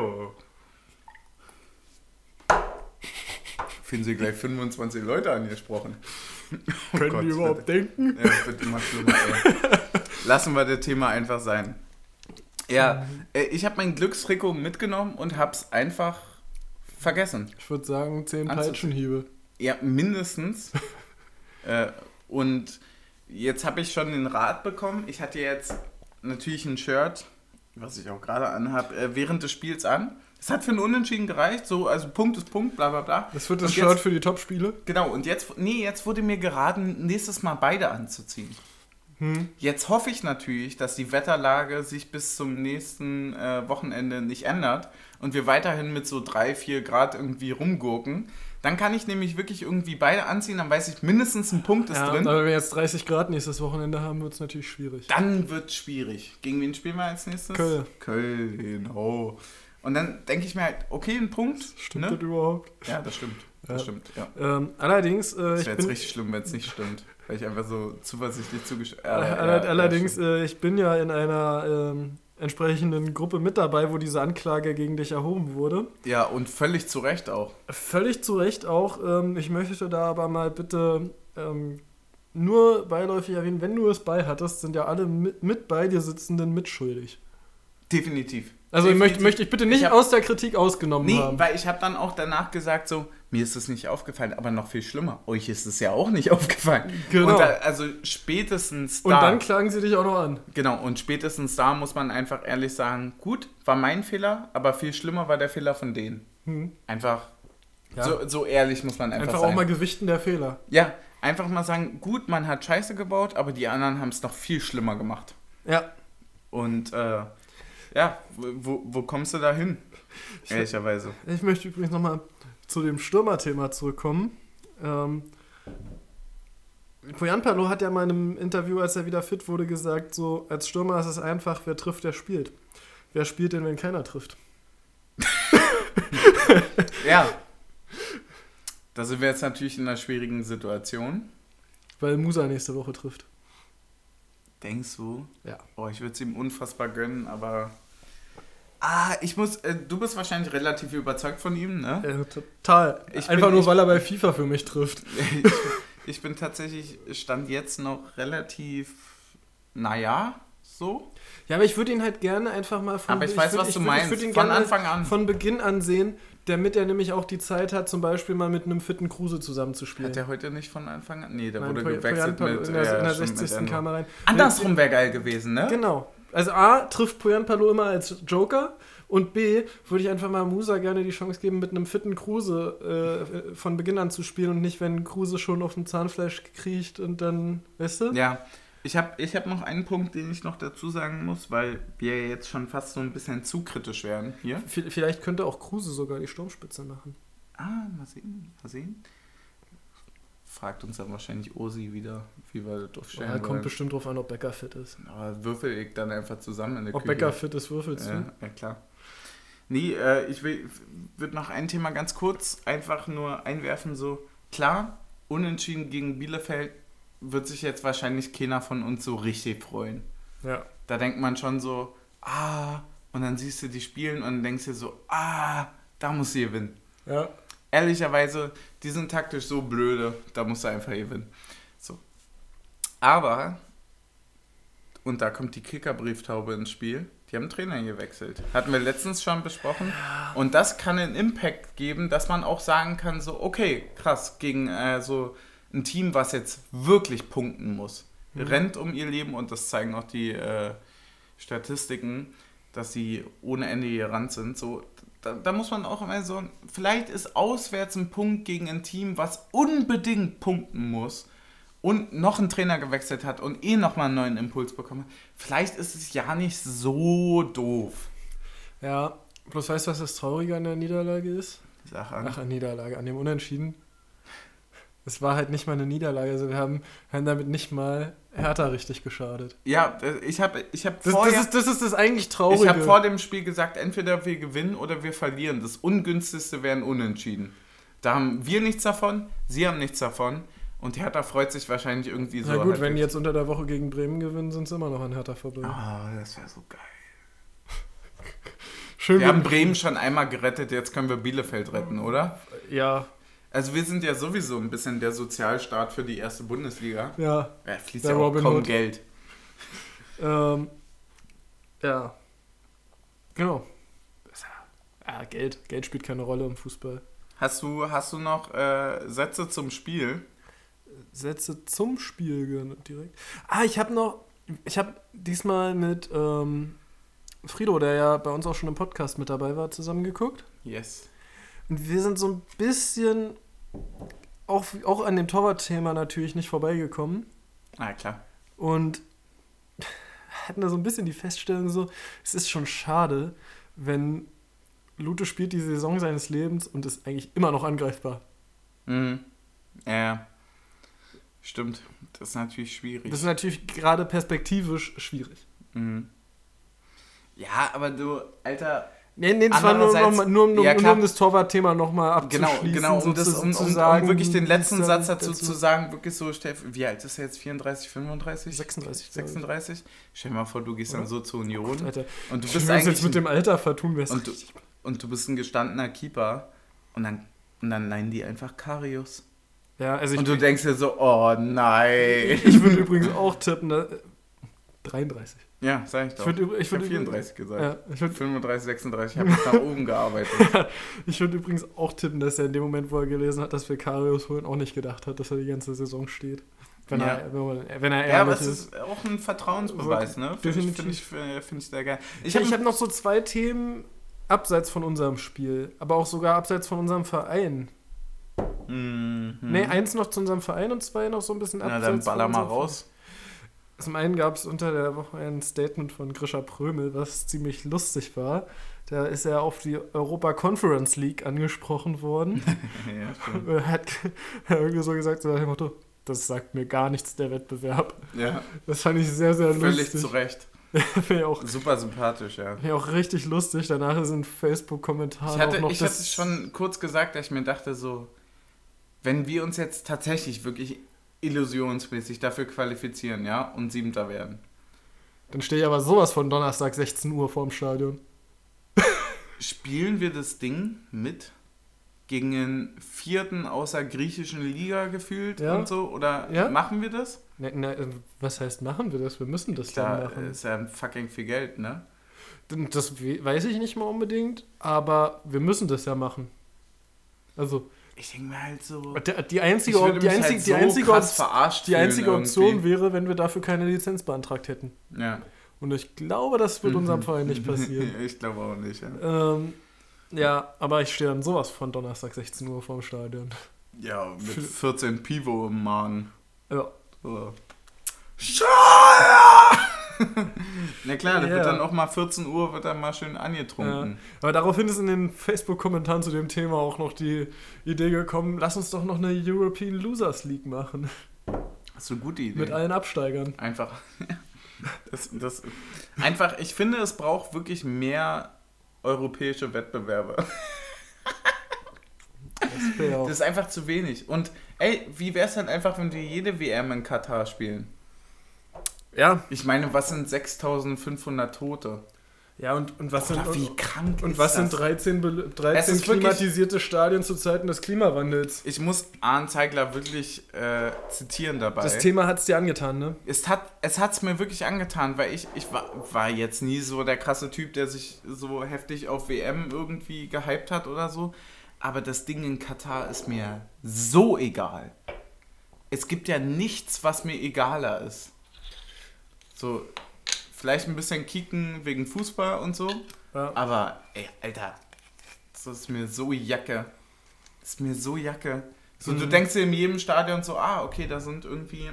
Finden Sie gleich 25 Leute angesprochen. Oh Können Gott, die überhaupt denken? Ja, das wird immer schlimmer, ey. Lassen wir das Thema einfach sein. Ja, ich habe mein Glückstrikot mitgenommen und habe es einfach vergessen. Ich würde sagen 10 Peitschenhiebe. Ja, mindestens. Und jetzt habe ich schon den Rat bekommen. Ich hatte jetzt natürlich ein Shirt, was ich auch gerade anhab, während des Spiels an. Es hat für einen Unentschieden gereicht, so, also Punkt ist Punkt, bla bla bla. Das wird das Shirt für die Top-Spiele? Genau, und jetzt wurde mir geraten, nächstes Mal beide anzuziehen. Jetzt hoffe ich natürlich, dass die Wetterlage sich bis zum nächsten Wochenende nicht ändert und wir weiterhin mit so 3-4 Grad irgendwie rumgurken. Dann kann ich nämlich wirklich irgendwie beide anziehen, dann weiß ich, mindestens ein Punkt ist drin. Aber wenn wir jetzt 30 Grad nächstes Wochenende haben, wird es natürlich schwierig. Dann wird es schwierig. Gegen wen spielen wir als nächstes? Köln, oh. Und dann denke ich mir halt, okay, ein Punkt. Stimmt das überhaupt? Ja, das stimmt. Das stimmt, ja. Allerdings... das wäre jetzt richtig schlimm, wenn es nicht stimmt. Weil ich einfach so zuversichtlich allerdings, ich bin ja in einer entsprechenden Gruppe mit dabei, wo diese Anklage gegen dich erhoben wurde. Ja, und völlig zu Recht auch. Völlig zu Recht auch. Ich möchte da aber mal bitte nur beiläufig erwähnen, wenn du es bei hattest, sind ja alle mit bei dir Sitzenden mitschuldig. Definitiv. Also Definitiv. möchte ich bitte nicht aus der Kritik ausgenommen haben. Nee, weil ich habe dann auch danach gesagt so, mir ist es nicht aufgefallen, aber noch viel schlimmer, euch ist es ja auch nicht aufgefallen. Genau. Und also spätestens da... Und dann klagen sie dich auch noch an. Genau, und spätestens da muss man einfach ehrlich sagen, gut, war mein Fehler, aber viel schlimmer war der Fehler von denen. Einfach, so ehrlich muss man einfach sein. Einfach auch mal gewichten der Fehler. Ja, einfach mal sagen, gut, man hat Scheiße gebaut, aber die anderen haben es noch viel schlimmer gemacht. Ja. Und wo kommst du da hin? Ehrlicherweise. Ich möchte übrigens nochmal zu dem Stürmer-Thema zurückkommen. Poyanpalo hat ja mal in einem Interview, als er wieder fit wurde, gesagt, so, als Stürmer ist es einfach, wer trifft, der spielt. Wer spielt denn, wenn keiner trifft? Ja. Da sind wir jetzt natürlich in einer schwierigen Situation. Weil Musa nächste Woche trifft. Denkst du? Ja. Oh, ich würde es ihm unfassbar gönnen, aber... du bist wahrscheinlich relativ überzeugt von ihm, ne? Ja, total. Weil er bei FIFA für mich trifft. Ich bin tatsächlich, Stand jetzt noch relativ, so. Ja, aber ich würde ihn halt gerne einfach mal von Anfang an. Von Beginn an sehen, damit er nämlich auch die Zeit hat, zum Beispiel mal mit einem fitten Kruse zusammenzuspielen. Hat er heute nicht von Anfang an? Nee, der wurde gewechselt mit in der 60. kam er rein. Andersrum wäre geil gewesen, ne? Genau. Also A, trifft Poyanpalo immer als Joker und B, würde ich einfach mal Musa gerne die Chance geben, mit einem fitten Kruse von Beginn an zu spielen und nicht, wenn Kruse schon auf dem Zahnfleisch kriecht und dann, weißt du? Ja, ich hab noch einen Punkt, den ich noch dazu sagen muss, weil wir jetzt schon fast so ein bisschen zu kritisch werden hier. Vielleicht könnte auch Kruse sogar die Sturmspitze machen. Mal sehen. Fragt uns dann wahrscheinlich Osi wieder, wie wir das aufstellen wollen. Kommt bestimmt drauf an, ob Becker fit ist. Aber würfel ich dann einfach zusammen in der Küche. Ob Becker fit ist, würfelst du? Ja, klar. Nee, ich würde noch ein Thema ganz kurz einfach nur einwerfen, so klar, unentschieden gegen Bielefeld wird sich jetzt wahrscheinlich keiner von uns so richtig freuen. Ja. Da denkt man schon so, und dann siehst du die spielen und denkst dir so, da muss sie gewinnen. Ja. Ehrlicherweise, die sind taktisch so blöde, da musst du einfach gewinnen. So. Aber, und da kommt die Kicker-Brieftaube ins Spiel, die haben Trainer gewechselt. Hatten wir letztens schon besprochen. Ja. Und das kann einen Impact geben, dass man auch sagen kann, so, okay, krass, gegen so ein Team, was jetzt wirklich punkten muss, rennt um ihr Leben und das zeigen auch die Statistiken, dass sie ohne Ende gerannt sind. So, da muss man auch immer so, vielleicht ist auswärts ein Punkt gegen ein Team, was unbedingt punkten muss und noch einen Trainer gewechselt hat und nochmal einen neuen Impuls bekommen hat. Vielleicht ist es ja nicht so doof. Ja, bloß weißt du, was das Traurige an der Niederlage ist? Niederlage, an dem Unentschieden. Es war halt nicht mal eine Niederlage, also wir haben damit nicht mal Hertha richtig geschadet. Ja, ich hab vorher... Das ist das eigentlich Traurige. Ich habe vor dem Spiel gesagt, entweder wir gewinnen oder wir verlieren. Das Ungünstigste wäre ein Unentschieden. Da haben wir nichts davon, sie haben nichts davon und Hertha freut sich wahrscheinlich irgendwie so. Na gut, wenn die jetzt unter der Woche gegen Bremen gewinnen, sind sie immer noch an Hertha vorbei. Das wäre so geil. Schön, wir haben Bremen schon einmal gerettet, jetzt können wir Bielefeld retten, oder? Ja. Also wir sind ja sowieso ein bisschen der Sozialstaat für die erste Bundesliga. Ja. Da fließt ja auch kaum Geld. Ja. Genau. Ja, Geld spielt keine Rolle im Fußball. Hast du noch Sätze zum Spiel? Sätze zum Spiel direkt? Ich habe diesmal mit Frido, der ja bei uns auch schon im Podcast mit dabei war, zusammengeguckt. Yes. Und wir sind so ein bisschen auch an dem Torwart-Thema natürlich nicht vorbeigekommen. Klar. Und hatten da so ein bisschen die Feststellung so, es ist schon schade, wenn Lute spielt die Saison seines Lebens und ist eigentlich immer noch angreifbar. Ja. Stimmt. Das ist natürlich schwierig. Das ist natürlich gerade perspektivisch schwierig. Ja, aber du, Alter... Nee, das war nur um das Torwart-Thema nochmal abzuschließen. Genau, um wirklich den letzten Satz dazu zu sagen, wirklich so, wie alt ist er jetzt? 34, 35? 36? Stell dir mal vor, du gehst dann so zur Union. Alter. Und du bist eigentlich jetzt mit dem Alter vertun, und du bist ein gestandener Keeper und dann leihen die einfach Karius. Ja, also und du denkst dir so, oh nein. Ich würde übrigens auch tippen, 33. Ja, sag ich doch. Ich habe 34 gesagt. Ja, 35, 36, ich habe mich nach oben gearbeitet. Ich würde übrigens auch tippen, dass er in dem Moment, wo er gelesen hat, dass wir Karius holen, auch nicht gedacht hat, dass er die ganze Saison steht. Wenn er ehrlich aber es ist auch ein Vertrauensbeweis, ne? Finde ich sehr geil. Ich habe noch so 2 Themen abseits von unserem Spiel, aber auch sogar abseits von unserem Verein. Ne, 1 noch zu unserem Verein und 2 noch so ein bisschen abseits. Na, dann baller mal raus. Zum einen gab es unter der Woche ein Statement von Grisha Prömel, was ziemlich lustig war. Da ist er auf die Europa Conference League angesprochen worden. Ja, stimmt. Er hat irgendwie so gesagt, so nach dem Motto, das sagt mir gar nichts, der Wettbewerb. Ja. Das fand ich sehr, sehr lustig. Völlig zu Recht. Auch, super sympathisch, ja. Ja, auch richtig lustig. Danach ist ein Facebook-Kommentar ich hatte schon kurz gesagt, dass ich mir dachte so, wenn wir uns jetzt tatsächlich wirklich illusionsmäßig dafür qualifizieren, ja, und 7. werden. Dann stehe ich aber sowas von Donnerstag 16 Uhr vorm Stadion. Spielen wir das Ding mit gegen den 4. außer griechischen Liga gefühlt und so? Oder machen wir das? Was heißt machen wir das? Wir müssen das dann machen. Ist ja fucking viel Geld, ne? Das weiß ich nicht mal unbedingt, aber wir müssen das ja machen. Also ich denke mir halt so... Die einzige Option wäre, wenn wir dafür keine Lizenz beantragt hätten. Ja. Und ich glaube, das wird unserem Verein nicht passieren. Ich glaube auch nicht, ja. Ja, aber ich stehe dann sowas von Donnerstag 16 Uhr vorm Stadion. Ja, mit 14 Pivo im Magen. Ja. So. Scheiße! Na klar, wird dann auch mal 14 Uhr, wird dann mal schön angetrunken. Ja. Aber daraufhin ist in den Facebook-Kommentaren zu dem Thema auch noch die Idee gekommen, lass uns doch noch eine European Losers League machen. Das ist eine gute Idee. Mit allen Absteigern. Einfach. Einfach, ich finde, es braucht wirklich mehr europäische Wettbewerbe. Das ist einfach zu wenig. Und ey, wie wäre es dann einfach, wenn wir jede WM in Katar spielen? Ja. Ich meine, was sind 6.500 Tote? Ja, und was sind wie krank und was sind 13 klimatisierte Stadien zu Zeiten des Klimawandels? Ich muss Arne Zeigler wirklich zitieren dabei. Das Thema hat es dir angetan, ne? Es hat's mir wirklich angetan, weil ich war jetzt nie so der krasse Typ, der sich so heftig auf WM irgendwie gehypt hat oder so. Aber das Ding in Katar ist mir so egal. Es gibt ja nichts, was mir egaler ist. So, vielleicht ein bisschen kicken wegen Fußball und so. Ja. Aber, ey, Alter, das ist mir so Jacke. So, du denkst dir in jedem Stadion so, okay, da sind irgendwie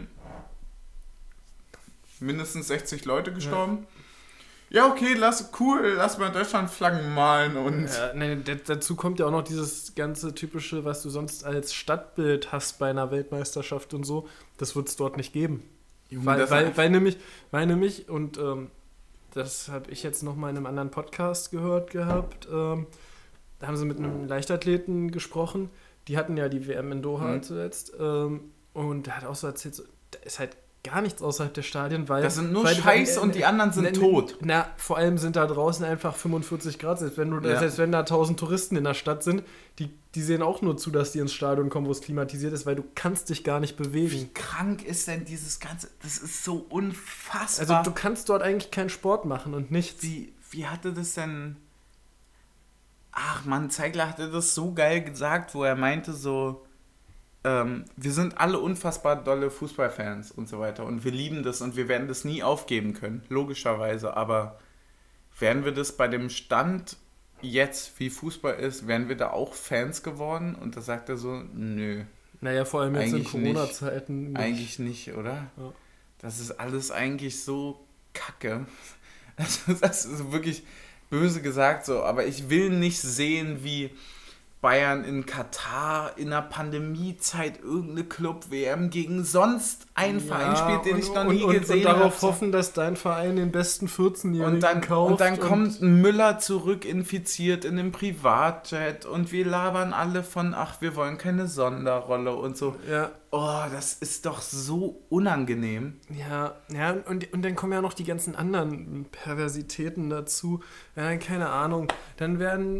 mindestens 60 Leute gestorben. Ja, okay, lass mal Deutschlandflaggen malen und... dazu kommt ja auch noch dieses ganze typische, was du sonst als Stadtbild hast bei einer Weltmeisterschaft und so. Das wird es dort nicht geben. Weil nämlich, und das habe ich jetzt noch mal in einem anderen Podcast gehört gehabt, da haben sie mit einem Leichtathleten gesprochen, die hatten ja die WM in Doha zuletzt, und der hat auch so erzählt, da ist halt gar nichts außerhalb der Stadien, weil... Das sind nur Scheiß und die anderen sind tot. Vor allem sind da draußen einfach 45 Grad, selbst wenn da 1000 Touristen in der Stadt sind, die sehen auch nur zu, dass die ins Stadion kommen, wo es klimatisiert ist, weil du kannst dich gar nicht bewegen. Wie krank ist denn dieses Ganze? Das ist so unfassbar. Also du kannst dort eigentlich keinen Sport machen und nichts. Wie hatte das denn... Ach Mann, Zeigler hatte das so geil gesagt, wo er meinte so... wir sind alle unfassbar dolle Fußballfans und so weiter und wir lieben das und wir werden das nie aufgeben können, logischerweise, aber werden wir das bei dem Stand jetzt, wie Fußball ist, wären wir da auch Fans geworden? Und da sagt er so, nö. Naja, vor allem jetzt in Corona-Zeiten. Eigentlich nicht, oder? Ja. Das ist alles eigentlich so kacke. Das ist wirklich böse gesagt so, aber ich will nicht sehen, wie Bayern in Katar in der Pandemiezeit irgendeine Club-WM gegen sonst einen Verein spielt, den ich noch nie gesehen habe. Und darauf hoffen, dass dein Verein den besten 14-Jährigen kauft. Und dann kommt ein Müller zurück, infiziert in einem Privatjet und wir labern alle von, wir wollen keine Sonderrolle und so. Ja. Oh, das ist doch so unangenehm. Ja, und dann kommen ja noch die ganzen anderen Perversitäten dazu. Ja, keine Ahnung. Dann werden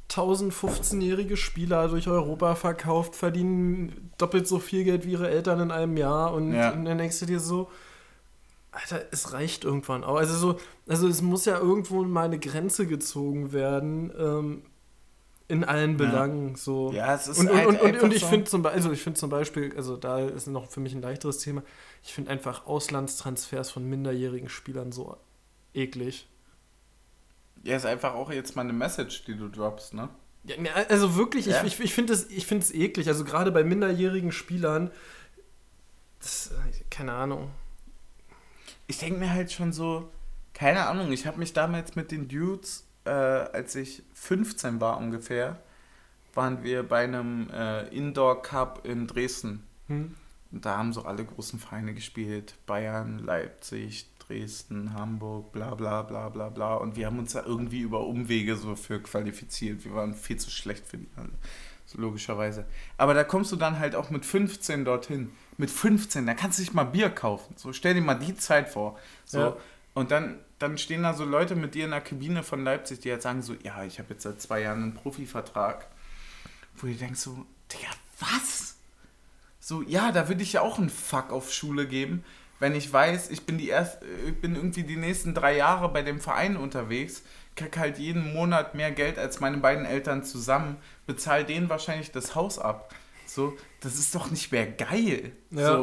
1015-jährige Spieler durch Europa verkauft, verdienen doppelt so viel Geld wie ihre Eltern in einem Jahr und dann denkst du dir so, Alter, es reicht irgendwann auch. Also es muss ja irgendwo mal eine Grenze gezogen werden, in allen Belangen. So. Ja, es ist und ich finde zum Beispiel, also da ist noch für mich ein leichteres Thema, ich finde einfach Auslandstransfers von minderjährigen Spielern so eklig. Ja, ist einfach auch jetzt mal eine Message, die du droppst, ne? Ja, also wirklich, ich finde es eklig. Also gerade bei minderjährigen Spielern, keine Ahnung. Ich denke mir halt schon so, keine Ahnung, ich habe mich damals mit den Dudes, als ich 15 war ungefähr, waren wir bei einem Indoor Cup in Dresden. Und da haben so alle großen Vereine gespielt. Bayern, Leipzig, Dresden, Hamburg, bla bla bla bla bla. Und wir haben uns da irgendwie über Umwege so für qualifiziert. Wir waren viel zu schlecht für die alle. So logischerweise. Aber da kommst du dann halt auch mit 15 dorthin. Mit 15, da kannst du dich mal Bier kaufen. So, stell dir mal die Zeit vor. So. Ja. Und dann stehen da so Leute mit dir in der Kabine von Leipzig, die halt sagen so, ja, ich habe jetzt seit 2 Jahren einen Profivertrag. Wo du denkst so, Digga, was? So, ja, da würde ich ja auch einen Fuck auf Schule geben, wenn ich weiß, ich bin irgendwie die nächsten 3 Jahre bei dem Verein unterwegs, krieg halt jeden Monat mehr Geld als meine beiden Eltern zusammen, bezahl denen wahrscheinlich das Haus ab. So, das ist doch nicht mehr geil. Ja.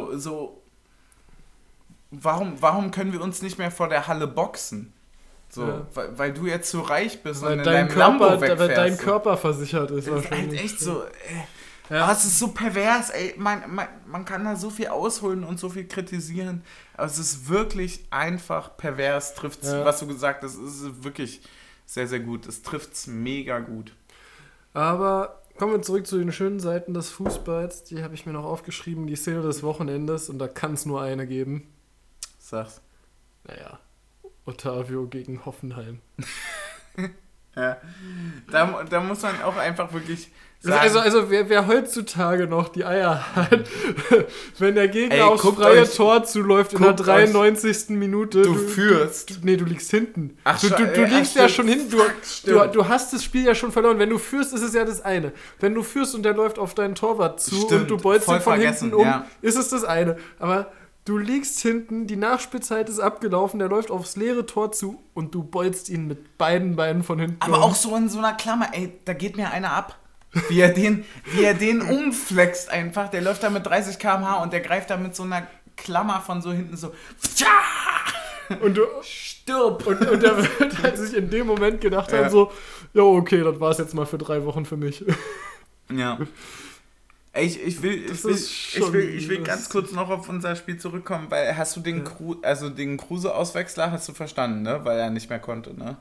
Warum können wir uns nicht mehr vor der Halle boxen? So, ja. weil du jetzt so reich bist weil und in deinem Lambo wegfährst. Weil dein Körper versichert ist. Das ist halt echt so, ja. Es ist so pervers, ey. Man kann da so viel ausholen und so viel kritisieren, aber es ist wirklich einfach pervers, trifft's, was du gesagt hast, es ist wirklich sehr, sehr gut. Es trifft's mega gut. Aber kommen wir zurück zu den schönen Seiten des Fußballs. Die habe ich mir noch aufgeschrieben, die Szene des Wochenendes, und da kann es nur eine geben. Sag's. Naja, Otavio gegen Hoffenheim. Ja, da muss man auch einfach wirklich sagen. Also wer heutzutage noch die Eier hat, wenn der Gegner aufs freie Tor zuläuft in der 93. Minute. Du führst. Du liegst hinten. Ach, du liegst ja schon hinten. Du hast das Spiel ja schon verloren. Wenn du führst, ist es ja das eine. Wenn du führst und der läuft auf deinen Torwart zu und du bolzt ihn von hinten um, ist es das eine. Aber du liegst hinten, die Nachspielzeit ist abgelaufen, der läuft aufs leere Tor zu und du bolzt ihn mit beiden Beinen von hinten. Aber auch so in so einer Klammer, ey, da geht mir einer ab. Wie er den umflext einfach. Der läuft da mit 30 km/h und der greift da mit so einer Klammer von so hinten so. Und du stirb. Und der wird halt sich in dem Moment gedacht haben so, ja okay, das war's jetzt mal für 3 Wochen für mich. Ja. Ich will ganz kurz noch auf unser Spiel zurückkommen, weil hast du den Kruse-Auswechsler hast du verstanden, ne? Weil er nicht mehr konnte, ne?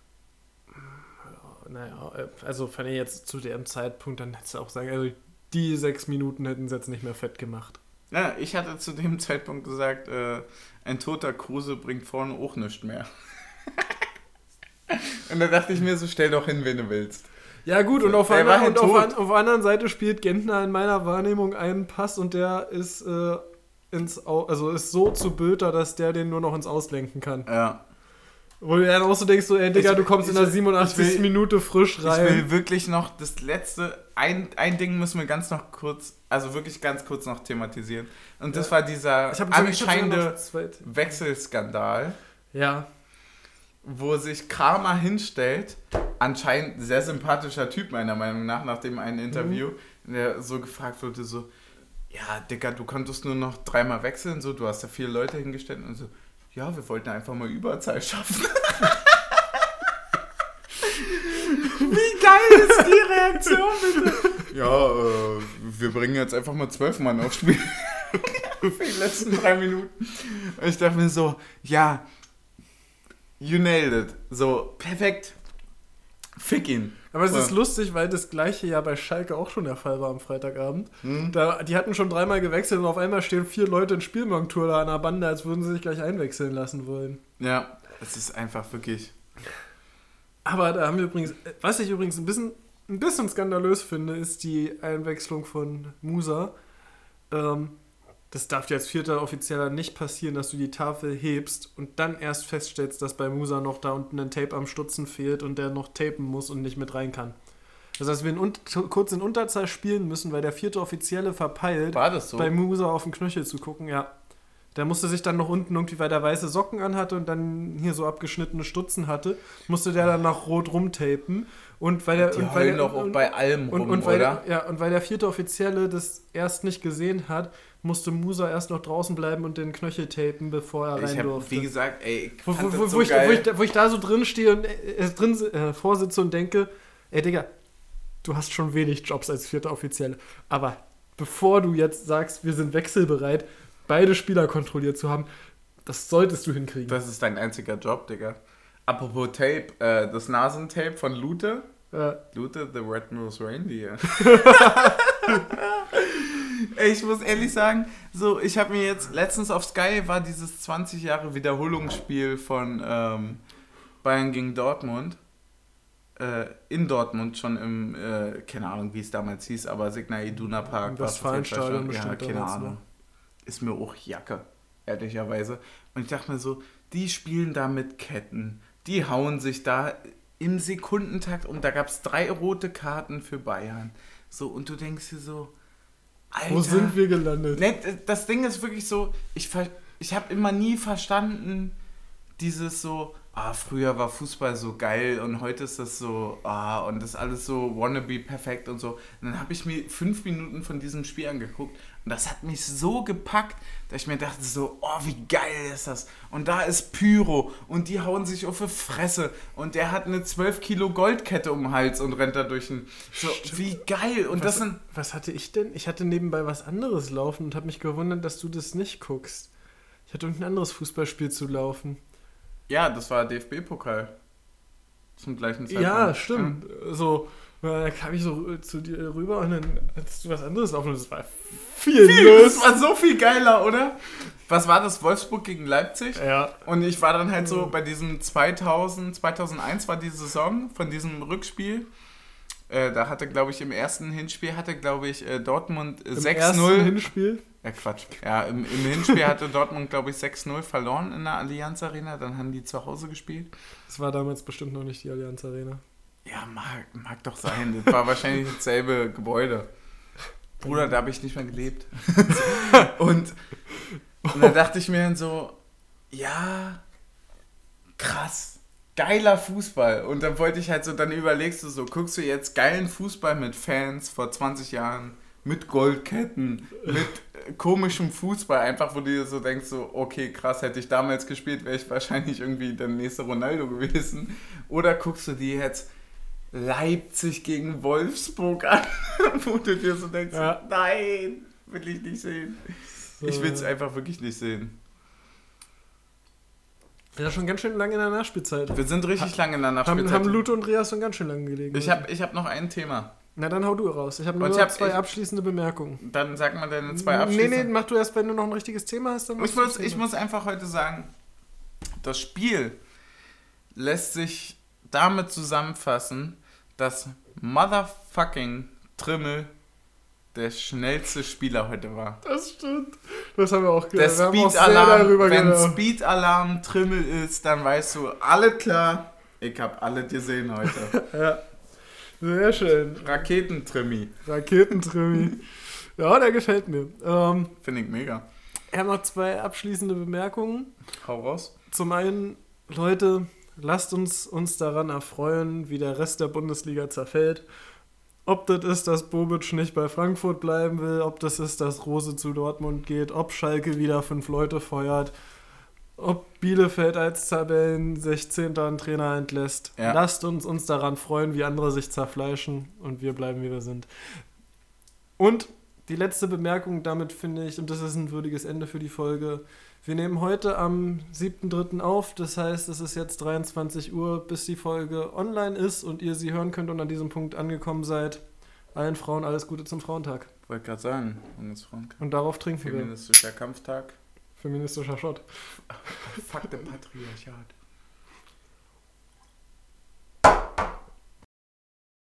Naja, also fand ich jetzt zu dem Zeitpunkt, dann hättest du auch sagen, also die 6 Minuten hätten sie jetzt nicht mehr fett gemacht. Ja, ich hatte zu dem Zeitpunkt gesagt, ein toter Kruse bringt vorne auch nichts mehr. Und da dachte ich mir so, stell doch hin, wen du willst. Ja gut, und auf der anderen Seite spielt Gentner in meiner Wahrnehmung einen Pass und der ist, ist so zu Bülter, dass der den nur noch ins Auslenken kann. Ja. Wo du dann auch so denkst, ey Digga, du kommst in der 87. Minute frisch rein. Ich will wirklich noch das letzte, ein Ding müssen wir wirklich ganz kurz noch thematisieren. Und das war dieser anscheinende Wechselskandal. Ja. Wo sich Kramer hinstellt, anscheinend ein sehr sympathischer Typ meiner Meinung nach dem einen Interview, der so gefragt wurde, so, ja, Digga, du konntest nur noch 3-mal wechseln, so, du hast da 4 Leute hingestellt und so, ja, wir wollten einfach mal Überzahl schaffen. Wie geil ist die Reaktion, bitte? Ja, wir bringen jetzt einfach mal 12 Mann aufs Spiel. Für die letzten 3 Minuten. Und ich dachte mir so, ja, you nailed it. So, perfekt. Fick ihn. Aber es ist lustig, weil das gleiche ja bei Schalke auch schon der Fall war am Freitagabend. Die hatten schon 3-mal gewechselt und auf einmal stehen 4 Leute in Spielmontur da an der Bande, als würden sie sich gleich einwechseln lassen wollen. Ja, es ist einfach wirklich... Aber da haben wir übrigens, was ich übrigens ein bisschen skandalös finde, ist die Einwechslung von Musa. Das darf dir als 4. Offizieller nicht passieren, dass du die Tafel hebst und dann erst feststellst, dass bei Musa noch da unten ein Tape am Stutzen fehlt und der noch tapen muss und nicht mit rein kann. Das heißt, wir kurz in Unterzahl spielen müssen, weil der 4. Offizielle verpeilt, War das so? bei Musa auf den Knöchel zu gucken, ja. Der musste sich dann noch unten irgendwie, weil der weiße Socken anhatte und dann hier so abgeschnittene Stutzen hatte, musste der dann nach rot rumtapen. Und weil der, heulen doch auch bei allem rum, oder? Und weil der 4. Offizielle das erst nicht gesehen hat, musste Musa erst noch draußen bleiben und den Knöchel tapen, bevor er rein durfte. Wie gesagt, ey, ich fand das so geil. Wo ich da so drin stehe und vorsitze und denke, ey Digga, du hast schon wenig Jobs als 4. Offizielle. Aber bevor du jetzt sagst, wir sind wechselbereit, beide Spieler kontrolliert zu haben, das solltest du hinkriegen. Das ist dein einziger Job, Digga. Apropos Tape, das Nasentape von Lute. Ja. Lute, the Red-Nosed Reindeer. Ich muss ehrlich sagen, so, ich habe mir jetzt, letztens auf Sky war dieses 20 Jahre Wiederholungsspiel von Bayern gegen Dortmund. In Dortmund schon im, keine Ahnung, wie es damals hieß, aber Signal Iduna Park. Westfalenstadion bestimmt. Ja, keine Ahnung. Ist mir auch Jacke, ehrlicherweise. Und ich dachte mir so, die spielen da mit Ketten, die hauen sich da im Sekundentakt um. Da gab es 3 rote Karten für Bayern. So, und du denkst dir so, Alter, wo sind wir gelandet? Ne, das Ding ist wirklich so, ich habe immer nie verstanden, dieses so, früher war Fußball so geil und heute ist das so, und das ist alles so wannabe perfekt und so. Und dann habe ich mir 5 Minuten von diesem Spiel angeguckt und das hat mich so gepackt, dass ich mir dachte so, wie geil ist das. Und da ist Pyro und die hauen sich auf die Fresse und der hat eine 12 Kilo Goldkette um den Hals und rennt da durch den, so, wie geil. Und was hatte ich denn? Ich hatte nebenbei was anderes laufen und habe mich gewundert, dass du das nicht guckst. Ich hatte irgendein anderes Fußballspiel zu laufen. Ja, das war DFB-Pokal. Zum gleichen Zeitpunkt. Ja, stimmt. Ja. So, da kam ich so zu dir rüber und dann hattest du was anderes auf und das war viel los. Das war so viel geiler, oder? Was war das? Wolfsburg gegen Leipzig? Ja. Und ich war dann halt so bei diesem 2001 war die Saison von diesem Rückspiel. Da hatte, glaube ich, im ersten Hinspiel Dortmund 6-0. Im ersten Hinspiel? Ja, Quatsch. Ja, im Hinspiel hatte Dortmund, glaube ich, 6-0 verloren in der Allianz Arena. Dann haben die zu Hause gespielt. Das war damals bestimmt noch nicht die Allianz Arena. Ja, mag doch sein. Das war wahrscheinlich dasselbe Gebäude. Bruder, da habe ich nicht mehr gelebt. Und dann dachte ich mir dann so, ja, krass. Geiler Fußball. Und dann wollte ich halt so, dann überlegst du so, guckst du jetzt geilen Fußball mit Fans vor 20 Jahren, mit Goldketten, mit komischem Fußball, einfach wo du dir so denkst, so, okay, krass, hätte ich damals gespielt, wäre ich wahrscheinlich irgendwie der nächste Ronaldo gewesen. Oder guckst du dir jetzt Leipzig gegen Wolfsburg an, wo du dir so denkst, nein, will ich nicht sehen. So. Ich will es einfach wirklich nicht sehen. Ja, schon ganz schön lange in der Nachspielzeit. Wir sind richtig lange in der Nachspielzeit. Haben Lute und Rias schon ganz schön lange gelegen. Ich hab noch ein Thema. Na, dann hau du raus. Ich habe nur 2 abschließende Bemerkungen. Dann sag mal deine 2 abschließende. Nee, mach du erst, wenn du noch ein richtiges Thema hast. Dann ich muss einfach heute sagen, das Spiel lässt sich damit zusammenfassen, dass Motherfucking Trimmel der schnellste Spieler heute war. Das stimmt. Das haben wir auch gehört. Wenn Speed-Alarm Trimmel ist, dann weißt du, alles klar, ich hab alles gesehen heute. Ja, sehr schön. Raketentrimmi. Ja, der gefällt mir. Finde ich mega. Ich habe noch 2 abschließende Bemerkungen. Hau raus. Zum einen, Leute, lasst uns daran erfreuen, wie der Rest der Bundesliga zerfällt. Ob das ist, dass Bobic nicht bei Frankfurt bleiben will, ob das ist, dass Rose zu Dortmund geht, ob Schalke wieder 5 Leute feuert, ob Bielefeld als Tabellen 16. einen Trainer entlässt. Ja. Lasst uns daran freuen, wie andere sich zerfleischen und wir bleiben, wie wir sind. Und die letzte Bemerkung, damit finde ich, und das ist ein würdiges Ende für die Folge, wir nehmen heute am 7.3. auf, das heißt, es ist jetzt 23 Uhr, bis die Folge online ist und ihr sie hören könnt und an diesem Punkt angekommen seid. Allen Frauen alles Gute zum Frauentag. Wollte gerade sagen, und darauf trinken wir. Feministischer Kampftag. Feministischer Shot. Fuck the Patriarchat.